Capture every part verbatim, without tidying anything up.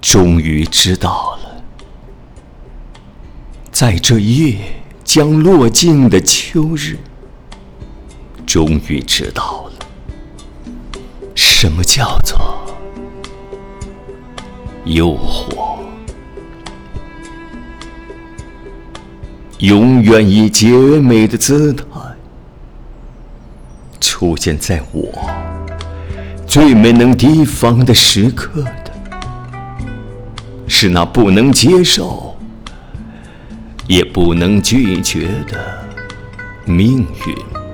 终于知道了，在这夜将落尽的秋日，终于知道了，什么叫做诱惑。永远以绝美的姿态出现在我最没能提防的时刻的，是那不能接受也不能拒绝的命运。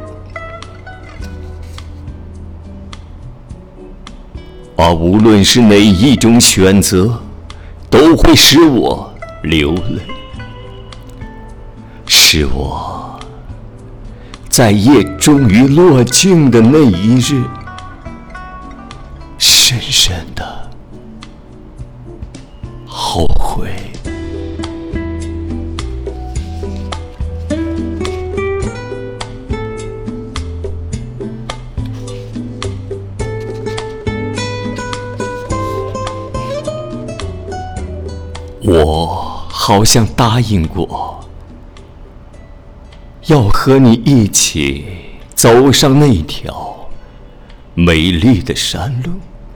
而无论是哪一种选择，都会使我流泪，使我在夜终于落尽的那一日，深深的后悔。我好像答应过，要和你一起走上那条美丽的山路。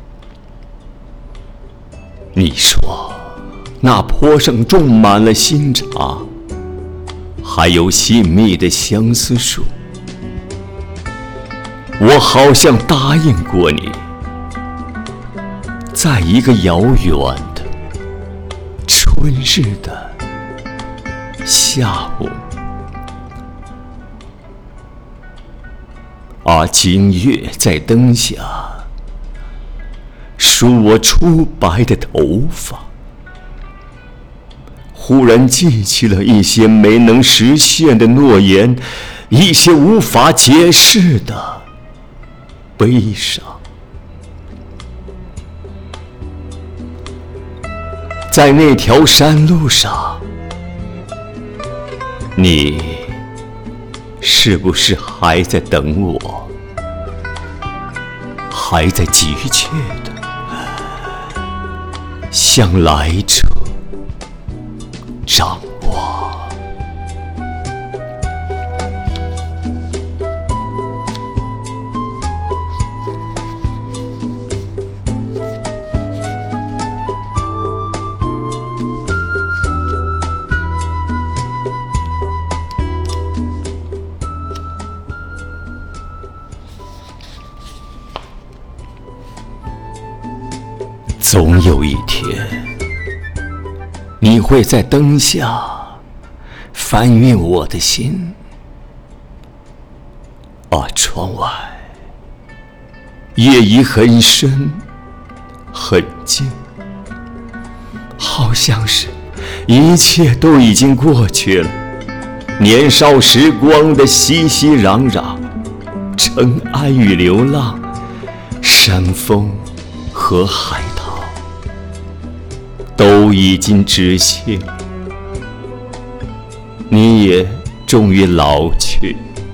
你说那坡上种满了新茶，还有细密的相思树。我好像答应过你，在一个遥远的春日的下午，而今月在灯下梳我初白的头发，忽然记起了一些没能实现的诺言，一些无法解释的悲伤。在那条山路上，你是不是还在等我，还在急切的向来者张望？总有一天，你会在灯下翻阅我的心，而窗外夜已很深很静，好像是一切都已经过去了。年少时光的熙熙攘攘，尘埃与流浪，山峰和海涛都已经止息，你也终于老去。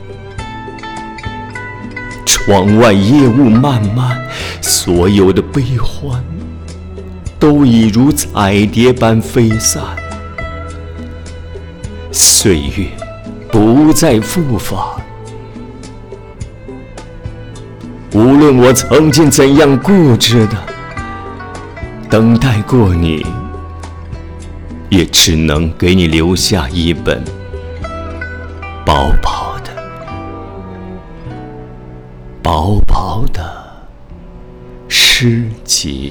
窗外夜雾漫漫，所有的悲欢都已如彩蝶般飞散，岁月不再复返。无论我曾经怎样固执的等待过你，也只能给你留下一本薄薄的、薄薄的诗集。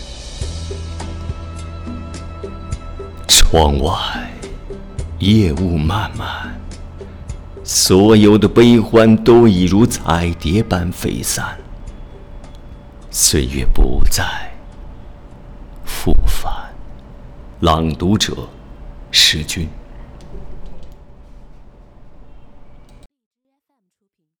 窗外夜雾漫漫，所有的悲欢都已如彩蝶般飞散，岁月不再复返。朗读者，诗君。